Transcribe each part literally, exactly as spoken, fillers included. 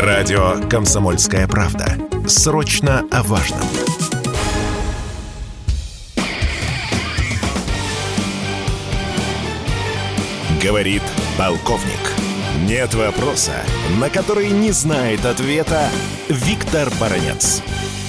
Радио «Комсомольская правда». Срочно о важном. Говорит полковник. Нет вопроса, на который не знает ответа Виктор Баранец.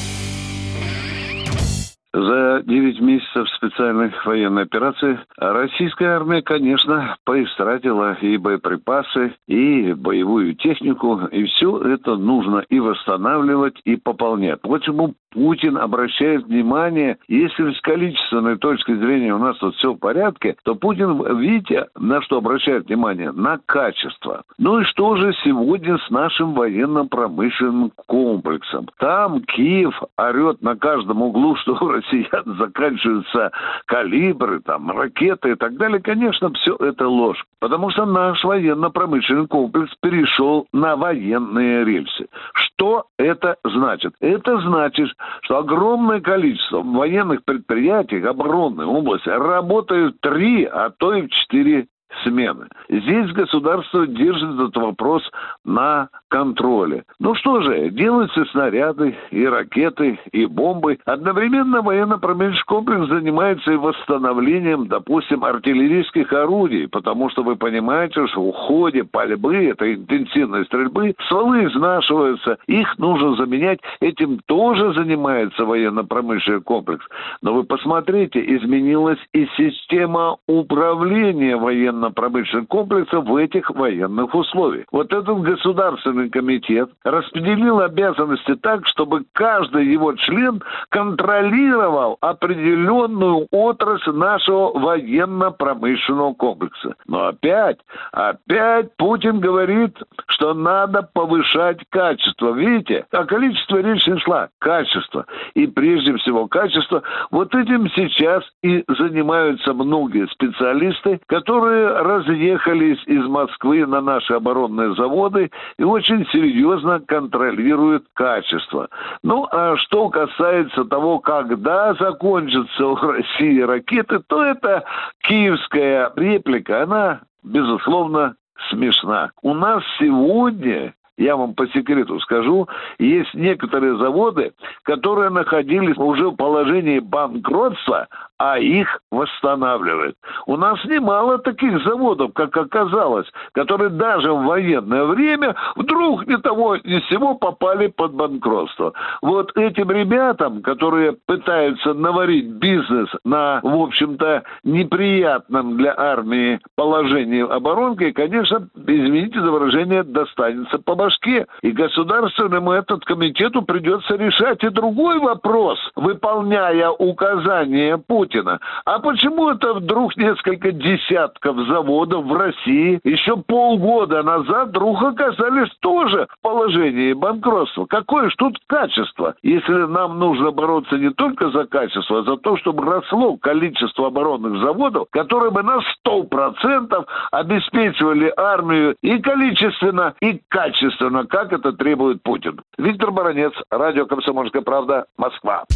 За девять месяцев специальной военной операции российская армия, конечно, поистратила и боеприпасы, и боевую технику, и все это нужно и восстанавливать, и пополнять. Почему Путин обращает внимание, если с количественной точки зрения у нас тут все в порядке, то Путин, видите, на что обращает внимание? На качество. Ну и что же сегодня с нашим военно-промышленным комплексом? Там Киев орет на каждом углу, что у россиян заканчиваются калибры, там, ракеты и так далее. Конечно, все это ложь. Потому что наш военно-промышленный комплекс перешел на военные рельсы. Что это значит? Это значит, что огромное количество военных предприятий оборонной области работают три, а то и в четыре смены. Здесь государство держит этот вопрос на контроле. Ну что же, делаются снаряды, и ракеты, и бомбы. Одновременно военно-промышленный комплекс занимается и восстановлением, допустим, артиллерийских орудий, потому что вы понимаете, что в ходе пальбы, этой интенсивной стрельбы, стволы изнашиваются, их нужно заменять. Этим тоже занимается военно-промышленный комплекс. Но вы посмотрите, изменилась и система управления военно промышленных комплексов в этих военных условиях. Вот этот государственный комитет распределил обязанности так, чтобы каждый его член контролировал определенную отрасль нашего военно-промышленного комплекса. Но опять, опять Путин говорит, что надо повышать качество. Видите, о количестве речь не шла. Качество. И прежде всего качество. Вот этим сейчас и занимаются многие специалисты, которые разъехались из Москвы на наши оборонные заводы и очень серьезно контролируют качество. Ну, а что касается того, когда закончатся у России ракеты, то это киевская реплика, она, безусловно, смешна. У нас сегодня, я вам по секрету скажу, есть некоторые заводы, которые находились уже в положении банкротства, а их восстанавливают. У нас немало таких заводов, как оказалось, которые даже в военное время вдруг ни того ни с сего попали под банкротство. Вот этим ребятам, которые пытаются наварить бизнес на, в общем-то, неприятном для армии положении оборонки, конечно, извините за выражение, достанется по башке. И государственному этот комитету придется решать и другой вопрос, выполняя указания Путина. А почему это вдруг несколько десятков заводов в России еще полгода назад вдруг оказались тоже в положении банкротства? Какое ж тут качество? Если нам нужно бороться не только за качество, а за то, чтобы росло количество оборонных заводов, которые бы на сто процентов обеспечивали армию и количественно, и качественно, как это требует Путин. Виктор Баранец, радио «Комсомольская правда», Москва.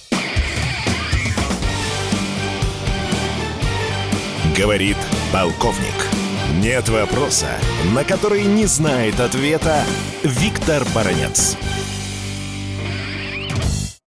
Говорит полковник. Нет вопроса, на который не знает ответа Виктор Баранец.